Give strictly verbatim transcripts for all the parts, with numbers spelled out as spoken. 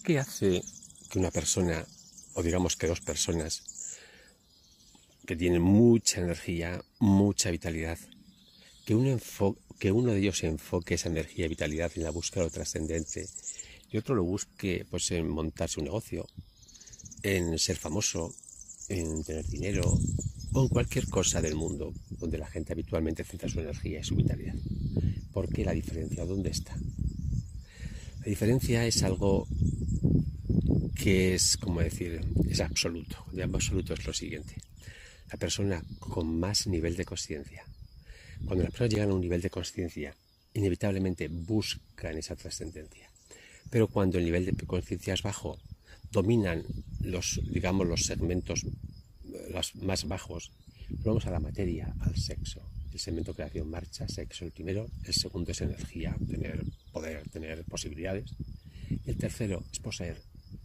¿Qué hace que una persona, o digamos que dos personas, que tienen mucha energía, mucha vitalidad, que uno, que uno de ellos enfoque esa energía y vitalidad en la búsqueda de lo trascendente y otro lo busque pues, en montarse un negocio, en ser famoso, en tener dinero o en cualquier cosa del mundo donde la gente habitualmente centra su energía y su vitalidad? ¿Por qué la diferencia? ¿Dónde está? La diferencia es algo que es, como decir, es absoluto. Cuando llamo absoluto es lo siguiente: la persona con más nivel de conciencia. Cuando las personas llegan a un nivel de conciencia, inevitablemente buscan esa trascendencia. Pero cuando el nivel de conciencia es bajo, dominan los, digamos, los segmentos los más bajos. Vamos a la materia, al sexo. El segmento creación, marcha, sexo, el primero. El segundo es energía, tener poder, tener posibilidades. Y el tercero es poseer.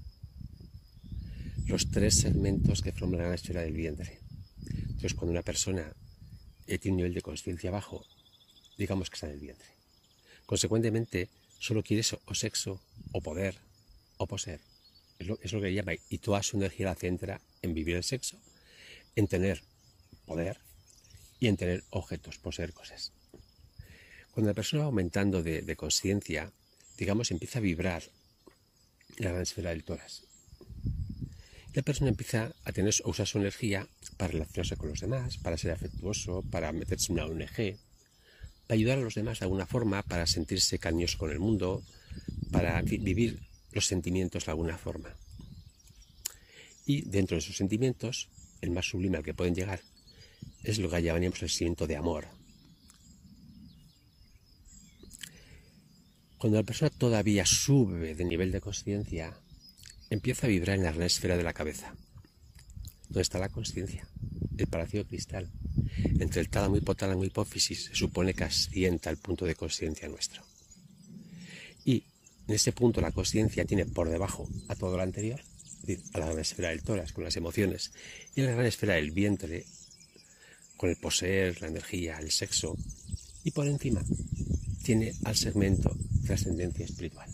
Los tres segmentos que forman la gran esfera del vientre. Entonces, cuando una persona tiene un nivel de conciencia bajo, digamos que está en el vientre. Consecuentemente, solo quiere eso, o sexo, o poder, o poseer. Es lo, es lo que llama, y toda su energía la centra en vivir el sexo, en tener poder y en tener objetos, poseer cosas. Cuando la persona va aumentando de, de conciencia, digamos, empieza a vibrar en la gran esfera del tórax. La persona empieza a tener, a usar su energía para relacionarse con los demás, para ser afectuoso, para meterse en una O N G, para ayudar a los demás de alguna forma, para sentirse cariñoso con el mundo, para vivir los sentimientos de alguna forma. Y dentro de esos sentimientos, el más sublime al que pueden llegar es lo que llamaríamos el sentimiento de amor. Cuando la persona todavía sube de nivel de conciencia, empieza a vibrar en la gran esfera de la cabeza, donde está la conciencia, el palacio de cristal. Entre el tálamo, hipotálamo y hipófisis se supone que asienta el punto de conciencia nuestro. Y en ese punto la conciencia tiene por debajo a todo lo anterior, es decir, a la gran esfera del tórax con las emociones, y a la gran esfera del vientre con el poseer, la energía, el sexo, y por encima tiene al segmento trascendencia espiritual.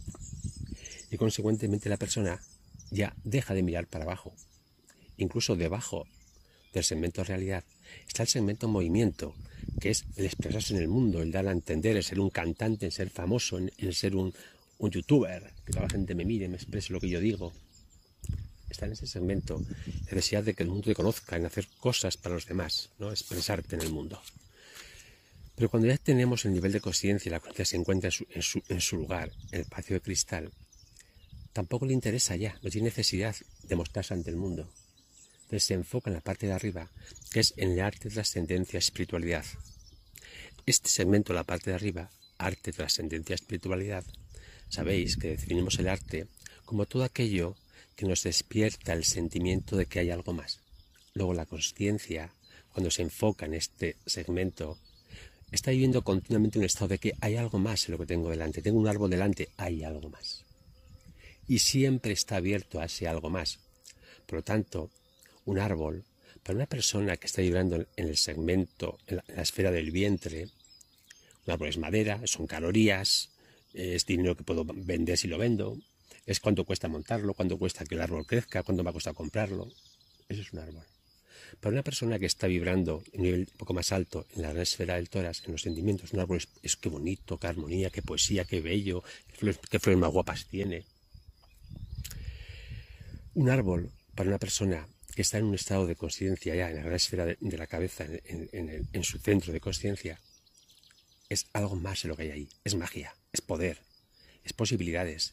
Y consecuentemente la persona ya deja de mirar para abajo. Incluso debajo del segmento realidad está el segmento movimiento, que es el expresarse en el mundo, el dar a entender, el ser un cantante, el ser famoso, el ser un, un youtuber, que toda la gente me mire, me exprese lo que yo digo. Está en ese segmento, la necesidad de que el mundo te conozca, en hacer cosas para los demás, ¿no? Expresarte en el mundo. Pero cuando ya tenemos el nivel de conciencia y la conciencia se encuentra en su, en, su, en su lugar, en el palacio de cristal, tampoco le interesa ya, no tiene necesidad de mostrarse ante el mundo. Entonces se enfoca en la parte de arriba, que es en el arte, trascendencia, espiritualidad. Este segmento, la parte de arriba, arte, trascendencia, espiritualidad, sabéis que definimos el arte como todo aquello que nos despierta el sentimiento de que hay algo más. Luego la consciencia, cuando se enfoca en este segmento, está viviendo continuamente un estado de que hay algo más en lo que tengo delante. Tengo un árbol delante, hay algo más. Y siempre está abierto a ese algo más. Por lo tanto, un árbol, para una persona que está vibrando en el segmento, en la, en la esfera del vientre, un árbol es madera, son calorías, es dinero que puedo vender si lo vendo, es cuánto cuesta montarlo, cuánto cuesta que el árbol crezca, cuánto me ha costado comprarlo. Eso es un árbol. Para una persona que está vibrando en un nivel un poco más alto en la gran esfera del tórax, en los sentimientos, un árbol es, es qué bonito, qué armonía, qué poesía, qué bello, qué flores, qué flores más guapas tiene. Un árbol, para una persona que está en un estado de conciencia ya en la gran esfera de, de la cabeza, en, en, en, el, en su centro de conciencia, es algo más de lo que hay ahí. Es magia, es poder, es posibilidades,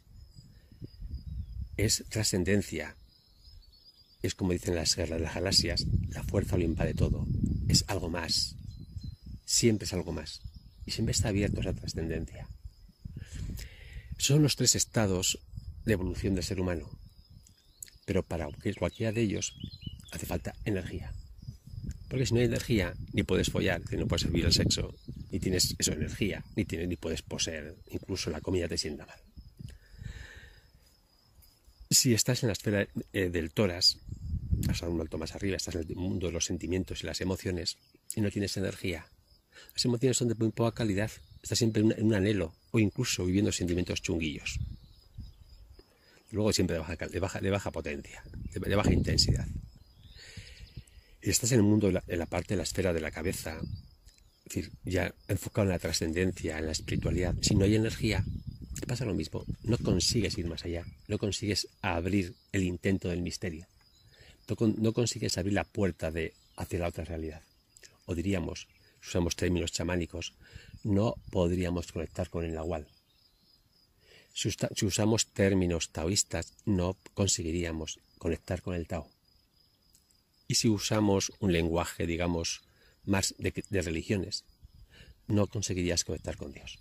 es trascendencia. Es como dicen las guerras de las galaxias, la fuerza lo invade todo. Es algo más. Siempre es algo más. Y siempre está abierto a esa trascendencia. Son los tres estados de evolución del ser humano. Pero para cualquiera de ellos hace falta energía. Porque si no hay energía, ni puedes follar, no puedes servir el sexo, ni tienes eso, energía, ni, tienes, ni puedes poseer. Incluso la comida te sienta mal. Si estás en la esfera eh, del tórax, hasta un alto más arriba, estás en el mundo de los sentimientos y las emociones, y no tienes energía. Las emociones son de muy poca calidad, estás siempre en un, en un anhelo, o incluso viviendo sentimientos chunguillos. luego siempre de baja, de baja, de baja potencia, de, de baja intensidad. Y estás en el mundo, en la, en la parte de la esfera de la cabeza, es decir, ya enfocado en la trascendencia, en la espiritualidad. Si no hay energía, te pasa lo mismo. No consigues ir más allá, no consigues abrir el intento del misterio, no, no consigues abrir la puerta de, hacia la otra realidad. O diríamos, si usamos términos chamánicos, no podríamos conectar con el Nahual. Si, usa, si usamos términos taoístas, no conseguiríamos conectar con el Tao. Y si usamos un lenguaje, digamos, más de, de religiones, no conseguirías conectar con Dios.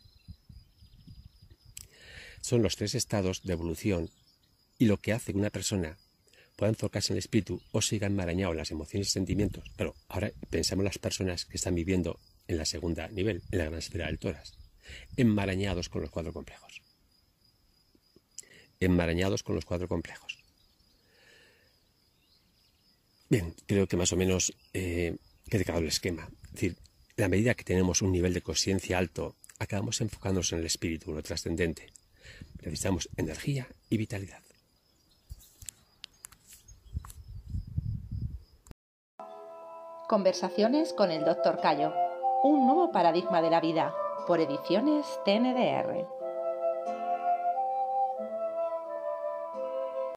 Son los tres estados de evolución y lo que hace que una persona pueda enfocarse en el espíritu o siga enmarañado en las emociones y sentimientos. Pero ahora pensamos en las personas que están viviendo en la segunda nivel, en la gran esfera del tórax, enmarañados con los cuatro complejos. Enmarañados con los cuatro complejos. Bien, creo que más o menos eh, quede claro el esquema. Es decir, a medida que tenemos un nivel de conciencia alto, acabamos enfocándonos en el espíritu, en lo trascendente. Necesitamos energía y vitalidad. Conversaciones con el doctor Cayo. Un nuevo paradigma de la vida, por Ediciones T N D R.